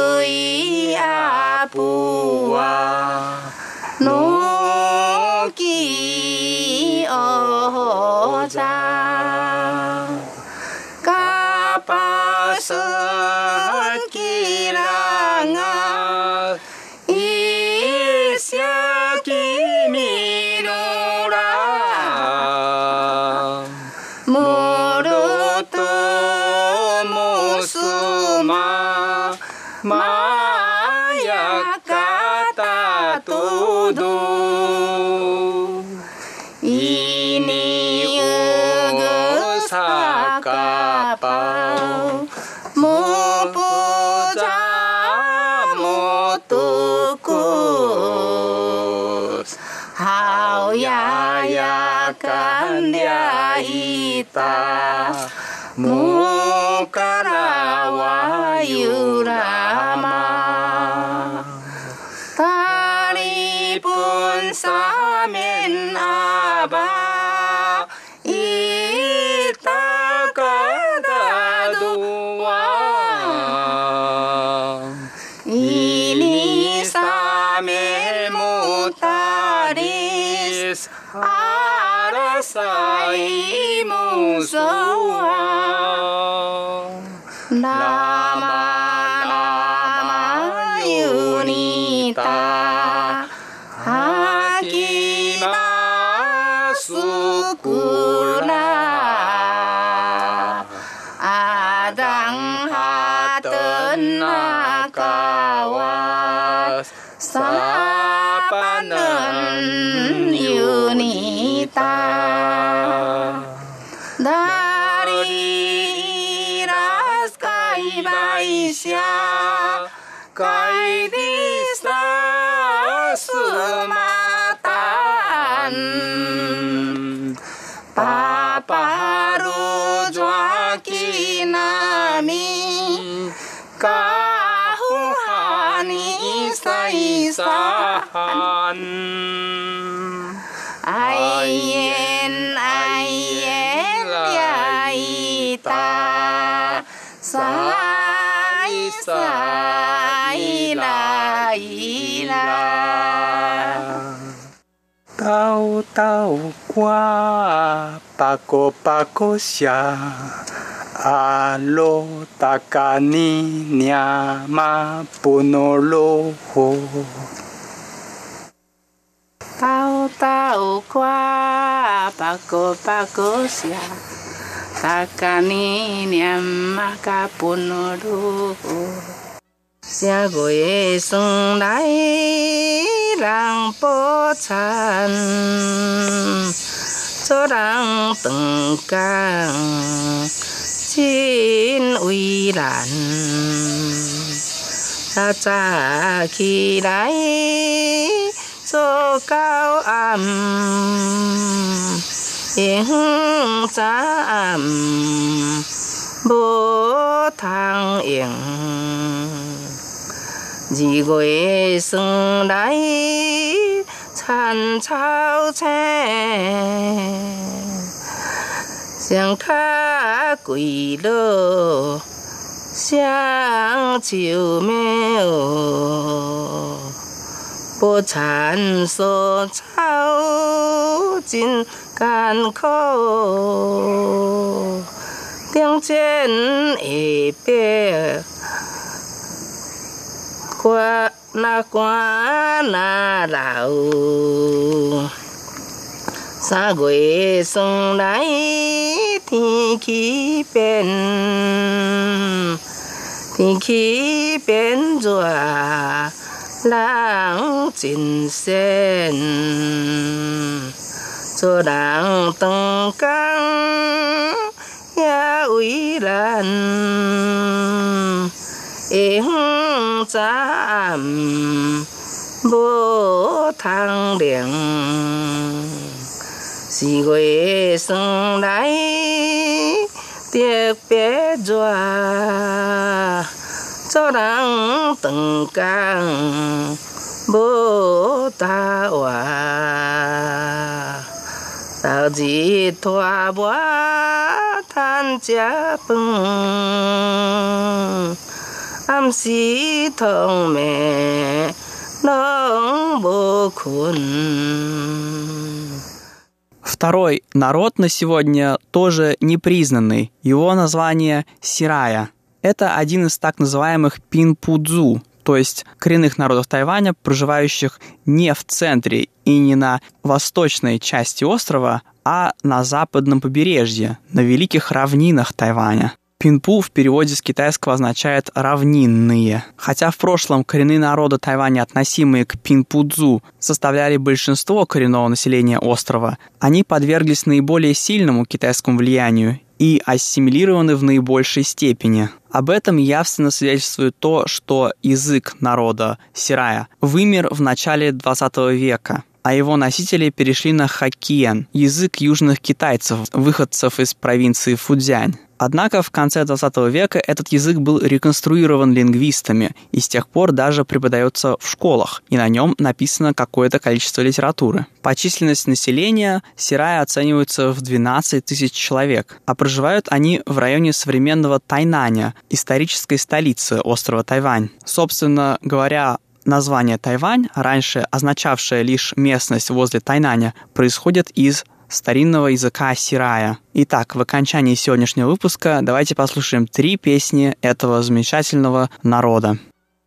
apua no ki oja kapasa kiranga isya kiminura murutu musuma maya kata tudu ini usakapau mupuja mutukus hau yayakan dia ita mukarawayurama taripun samin aba ita kadadua ini samil mutaris 알아서이 무서워 나마 유니다 하기마수구나 아당하던 나가와 사바는 유니다 다리라스 가이바이샤 가이디사 수마탄 바바루 좌기나미 가후하니 사이사한 아이엔 야이다 사이사이라이라 Tau qua pako sia alo takani nyama punolo Tau qua pako sia takani nyama kapunoro Sia goye sung lai lang po chan cho đang từng càng chín uy lan cha cha khi lại cho cao am yên cha am bố thang yên Dì quê sưng đáy chăn cháo chè Giang khá quỷ lô Giang chiều mèo Bố chăn sô cháo chín can khô Tiếng trên ế bè qua na lão xa quê sông đáy thiên khí bên rùa lãng chín sen cho đang tầng căng ya uy lan ing cham bố thang điện xì quê sông đáy tiếc bé doa cho đang từng càng bố ta hòa tạo gì thoa bóa than cha bưng âm sĩ thông mẹ nông бо кун. Второй народ на сегодня тоже непризнанный. Его название Сирая. Это один из так называемых пинпудзу, то есть коренных народов Тайваня, проживающих не в центре и не на восточной части острова, а на западном побережье, на великих равнинах Тайваня. Пинпу в переводе с китайского означает «равнинные». Хотя в прошлом коренные народы Тайваня, относимые к пинпудзу, составляли большинство коренного населения острова, они подверглись наиболее сильному китайскому влиянию и ассимилированы в наибольшей степени. Об этом явственно свидетельствует то, что язык народа Сирая вымер в начале 20 века, а его носители перешли на хоккиен, язык южных китайцев, выходцев из провинции Фуцзянь. Однако в конце 20 века этот язык был реконструирован лингвистами и с тех пор даже преподается в школах, и на нем написано какое-то количество литературы. По численности населения Сирая оценивается в 12 тысяч человек, а проживают они в районе современного Тайнаня, исторической столицы острова Тайвань. Собственно говоря, название Тайвань, раньше означавшее лишь местность возле Тайнаня, происходит из старинного языка сирая. Итак, в окончании сегодняшнего выпуска давайте послушаем 3 песни этого замечательного народа.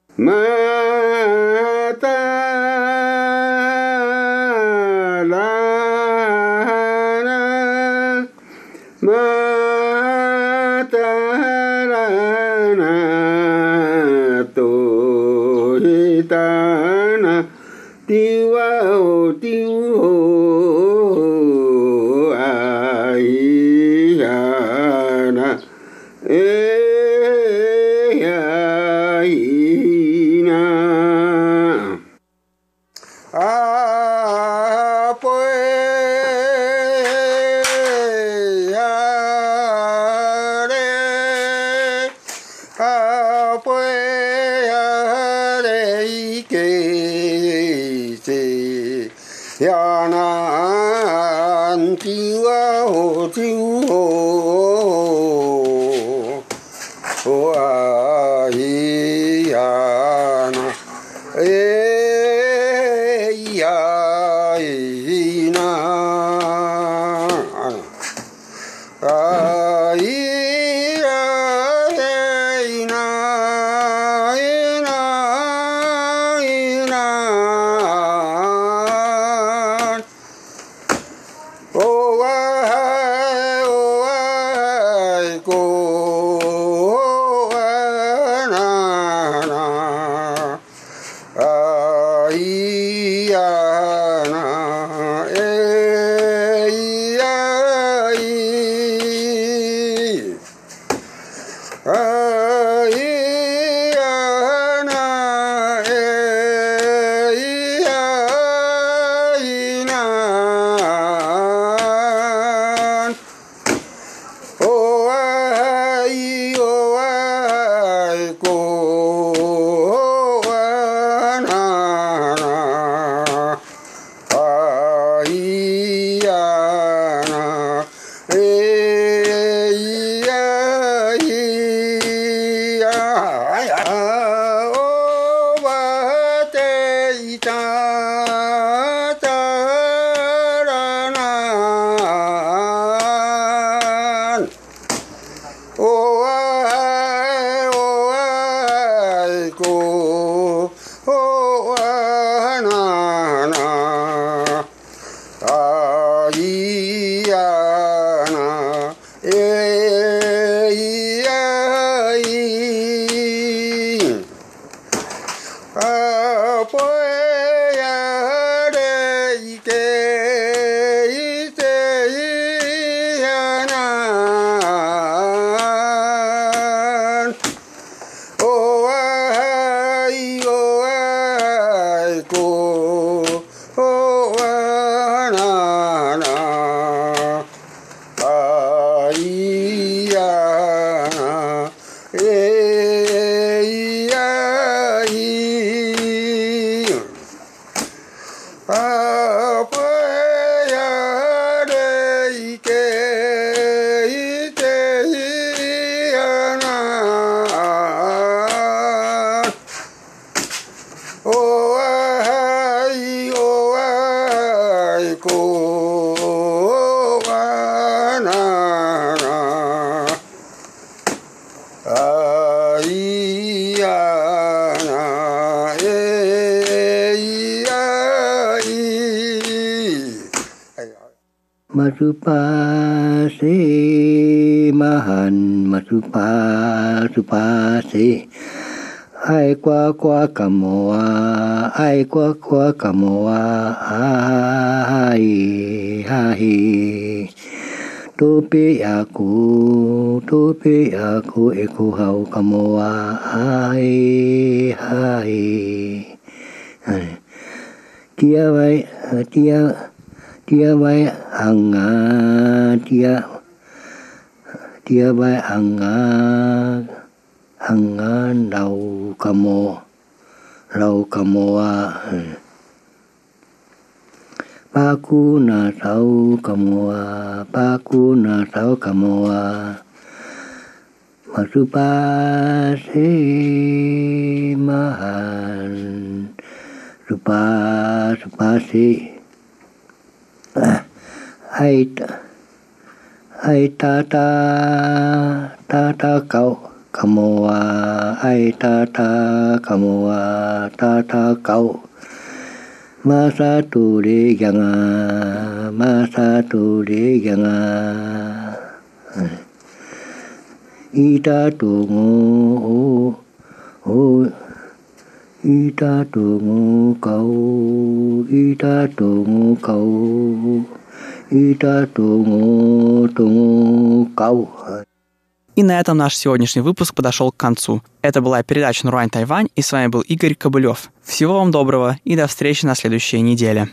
Masupase mahan masupase ai qua kamoa ai qua kamoa ai tope aku eko hau kamoa ai kia vai anga dia vai anga lau kamoa paku na sau kamoa masupase mahan Supasi. Ai ta cậu kamoa ai ta kamoa ta cậu masa tu de ganga ita tu ngo ita tu ngo cậu ita tu ngo cậu ita tu ngo cậu. И на этом наш сегодняшний выпуск подошел к концу. Это была передача «Нурань Тайвань», и с вами был Игорь Кобылев. Всего вам доброго и до встречи на следующей неделе.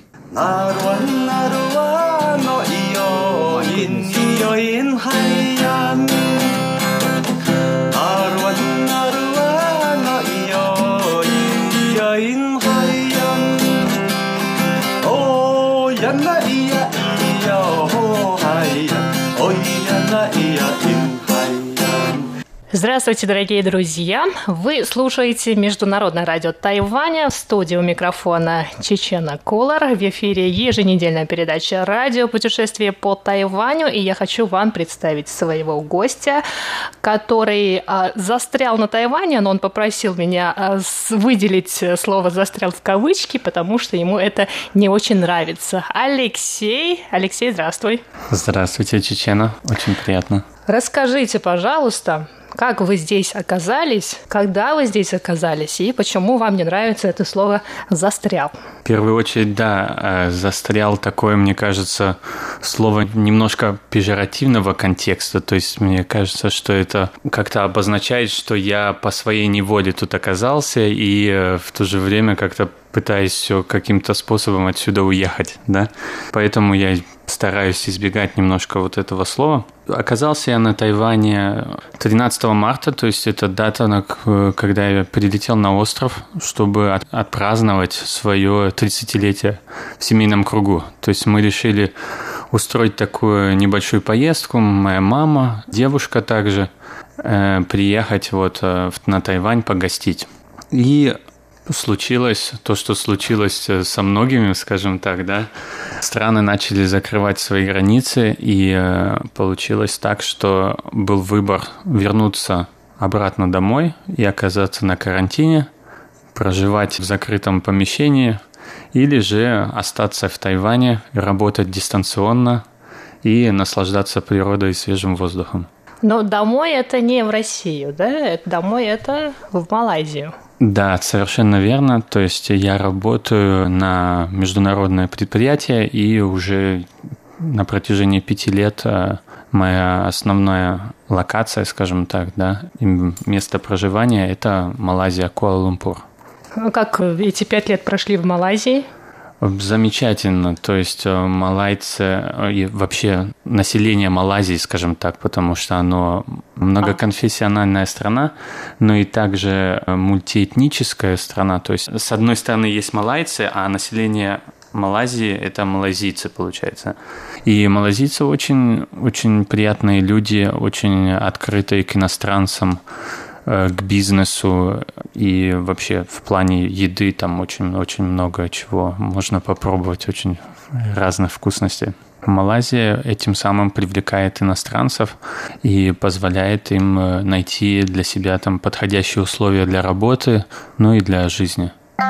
Здравствуйте, дорогие друзья! Вы слушаете Международное радио Тайваня. В студии у микрофона Чечена Колор. В эфире еженедельная передача «Радио. Путешествие по Тайваню». И я хочу вам представить своего гостя, который застрял на Тайване, но он попросил меня выделить слово «застрял» в кавычки, потому что ему это не очень нравится. Алексей, здравствуй. Здравствуйте, Чечена. Очень приятно. Расскажите, пожалуйста, как вы здесь оказались, когда вы здесь оказались и почему вам не нравится это слово «застрял»? В первую очередь, да, «застрял» такое, мне кажется, слово немножко пежоративного контекста. То есть мне кажется, что это как-то обозначает, что я по своей неволе тут оказался и в то же время как-то пытаюсь все каким-то способом отсюда уехать, да. Поэтому я стараюсь избегать немножко вот этого слова. Оказался я на Тайване 13 марта, то есть это дата, когда я прилетел на остров, чтобы отпраздновать свое 30-летие в семейном кругу. То есть мы решили устроить такую небольшую поездку, моя мама, девушка также, приехать вот на Тайвань погостить. И случилось то, что случилось со многими, скажем так, да. Страны начали закрывать свои границы, и получилось так, что был выбор вернуться обратно домой и оказаться на карантине, проживать в закрытом помещении, или же остаться в Тайване, работать дистанционно и наслаждаться природой и свежим воздухом. Но домой это не в Россию, да? Домой это в Малайзию. Да, совершенно верно. То есть я работаю на международное предприятие, и уже на протяжении 5 лет моя основная локация, скажем так, да, место проживания – это Малайзия, Куала-Лумпур. Как эти 5 лет прошли в Малайзии? Замечательно. То есть малайцы и вообще население Малайзии, скажем так, потому что оно многоконфессиональная страна, но и также мультиэтническая страна. То есть с одной стороны есть малайцы, а население Малайзии – это малайзийцы, получается. И малайзийцы очень, очень приятные люди, очень открытые к иностранцам, к бизнесу, и вообще в плане еды там очень много чего можно попробовать, очень разных вкусностей. Малайзия этим самым привлекает иностранцев и позволяет им найти для себя там подходящие условия для работы, ну и для жизни.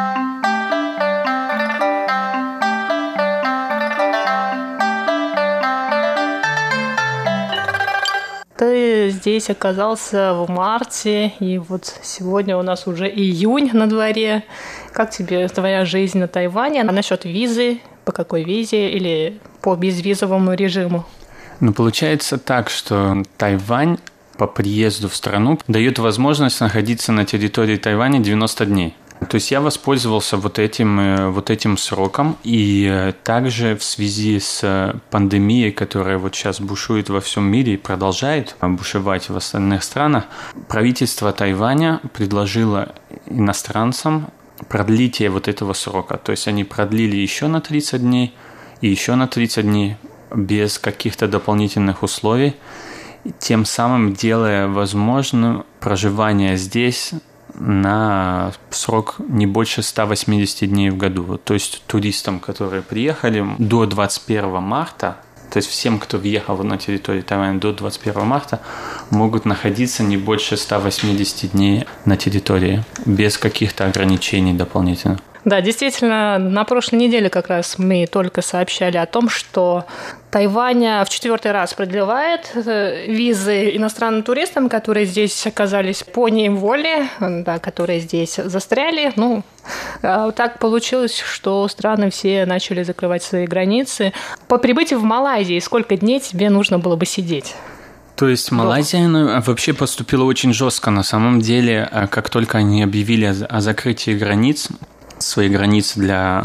Ты здесь оказался в марте, и вот сегодня у нас уже июнь на дворе. Как тебе твоя жизнь на Тайване? А насчет визы? По какой визе или по безвизовому режиму? Ну, получается так, что Тайвань по приезду в страну дает возможность находиться на территории Тайваня 90 дней. То есть я воспользовался вот этим сроком, и также в связи с пандемией, которая вот сейчас бушует во всем мире и продолжает бушевать в остальных странах, правительство Тайваня предложило иностранцам продлитие вот этого срока. То есть они продлили еще на 30 дней и еще на 30 дней без каких-то дополнительных условий, тем самым делая возможным проживание здесь на срок не больше 180 дней в году. То есть туристам, которые приехали до 21 марта, то есть всем, кто въехал на территорию Тайваня до 21 марта, могут находиться не больше 180 дней на территории, без каких-то ограничений дополнительно. Да, действительно, на прошлой неделе как раз мы только сообщали о том, что Тайвань в 4-й раз продлевает визы иностранным туристам, которые здесь оказались по неволе, да, которые здесь застряли. Так получилось, что страны все начали закрывать свои границы. По прибытию в Малайзию сколько дней тебе нужно было бы сидеть? То есть Малайзия вообще поступила очень жестко. На самом деле, как только они объявили о закрытии границ, свои границы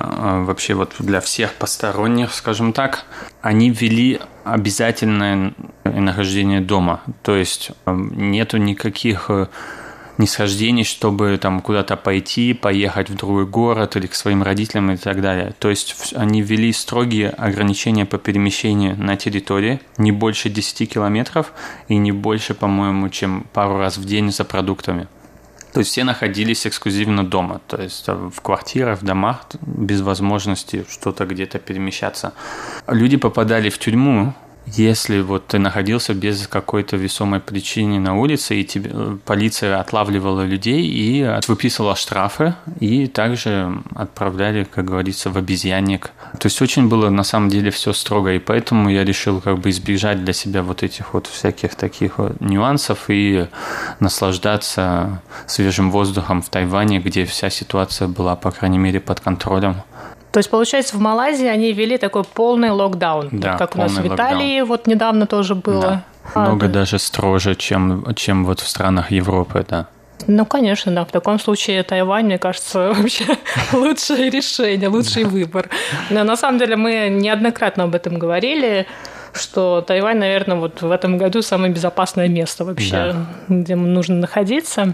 для всех посторонних, скажем так, они ввели обязательное нахождение дома. То есть нету никаких нисхождений, чтобы там куда-то поехать в другой город или к своим родителям и так далее. То есть они ввели строгие ограничения по перемещению на территории, не больше 10 километров и не больше, по-моему, чем пару раз в день за продуктами. То есть все находились эксклюзивно дома, то есть в квартирах, в домах, без возможности что-то где-то перемещаться. Люди попадали в тюрьму, если ты находился без какой-то весомой причины на улице, и полиция отлавливала людей и выписывала штрафы, и также отправляли, как говорится, в обезьянник. То есть очень было на самом деле все строго, и поэтому я решил избежать для себя этих всяких таких нюансов и наслаждаться свежим воздухом в Тайване, где вся ситуация была, по крайней мере, под контролем. То есть, получается, в Малайзии они ввели такой полный локдаун, да, как у нас в Италии недавно тоже было. Да. Много даже строже, чем в странах Европы, да. Конечно, да. В таком случае Тайвань, мне кажется, вообще лучшее решение, лучший выбор. Но на самом деле мы неоднократно об этом говорили, что Тайвань, наверное, в этом году самое безопасное место вообще, где нужно находиться.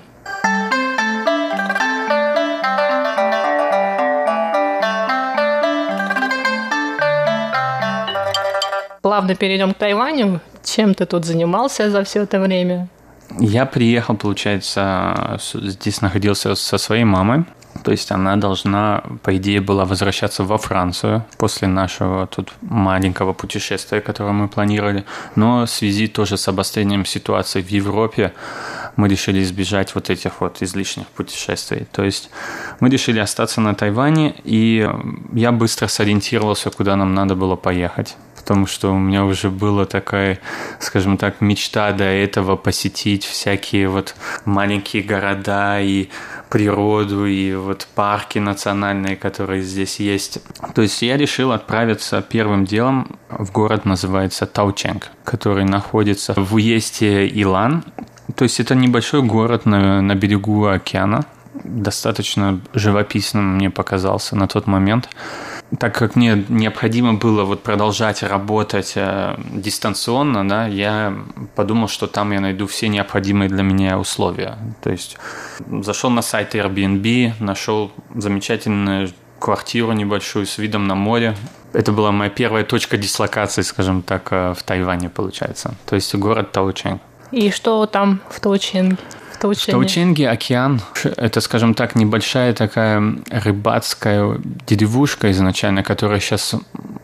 Плавно перейдем к Тайваню. Чем ты тут занимался за все это время? Я приехал, получается, здесь находился со своей мамой. То есть она должна, по идее, была возвращаться во Францию после нашего тут маленького путешествия, которое мы планировали. Но в связи тоже с обострением ситуации в Европе мы решили избежать этих излишних путешествий. То есть мы решили остаться на Тайване, и я быстро сориентировался, куда нам надо было поехать. Потому что у меня уже была такая, скажем так, мечта до этого посетить всякие маленькие города и природу, и парки национальные, которые здесь есть. То есть я решил отправиться первым делом в город, называется Таочэнг, который находится в уезде Илан. То есть это небольшой город на берегу океана. Достаточно живописным мне показался на тот момент. Так как мне необходимо было продолжать работать дистанционно, да, я подумал, что там я найду все необходимые для меня условия. То есть зашел на сайт Airbnb, нашел замечательную квартиру небольшую с видом на море. Это была моя первая точка дислокации, скажем так, в Тайване, получается. То есть город Таочэнг. И что там в Таочэнге? В Таочэнге океан – это, скажем так, небольшая такая рыбацкая деревушка изначально, которая сейчас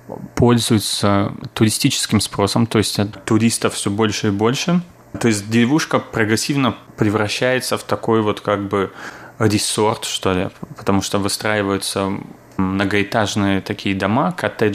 пользуется туристическим спросом, то есть туристов все больше и больше. То есть деревушка прогрессивно превращается в такой resort, что ли, потому что выстраиваются многоэтажные такие дома,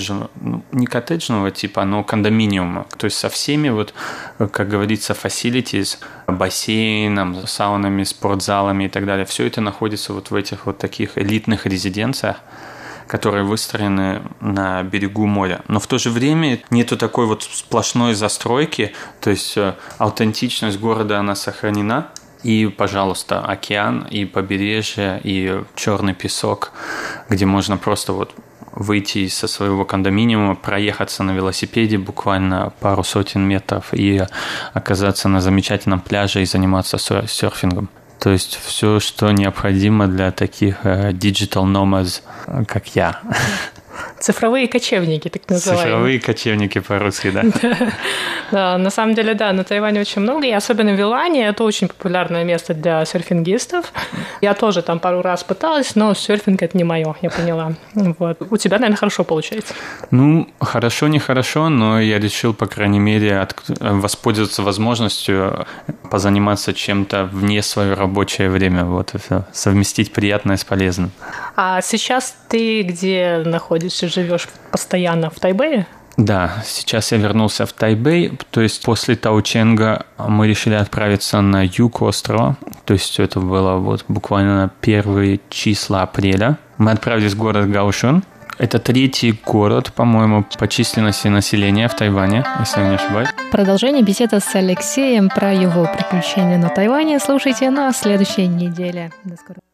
не коттеджного типа, но кондоминиума. То есть со всеми, как говорится, facilities, бассейном, саунами, спортзалами и так далее. Все это находится в этих таких элитных резиденциях, которые выстроены на берегу моря. Но в то же время нету такой сплошной застройки, то есть аутентичность города, она сохранена. И, пожалуйста, океан, и побережье, и черный песок, где можно просто выйти со своего кондоминиума, проехаться на велосипеде буквально пару сотен метров и оказаться на замечательном пляже и заниматься серфингом. То есть все, что необходимо для таких digital nomads, как я. Цифровые кочевники, так называемые. Цифровые кочевники по-русски, да. Да, на самом деле, да, на Тайване очень много, и особенно в Вилане это очень популярное место для серфингистов. Я тоже там пару раз пыталась, но серфинг это не мое, я поняла. Вот. У тебя, наверное, хорошо получается. Ну, хорошо, нехорошо, но я решил, по крайней мере, воспользоваться возможностью позаниматься чем-то вне свое рабочее время, вот и все. Совместить приятное с полезным. А сейчас ты где находишься, живешь постоянно в Тайбэе? Да, сейчас я вернулся в Тайбэй, то есть после Таученга мы решили отправиться на юг острова, то есть это было вот буквально на первые числа апреля. Мы отправились в город Гаошун. Это 3-й город, по-моему, по численности населения в Тайване, если я не ошибаюсь. Продолжение беседы с Алексеем про его приключения на Тайване слушайте на следующей неделе. До скорого.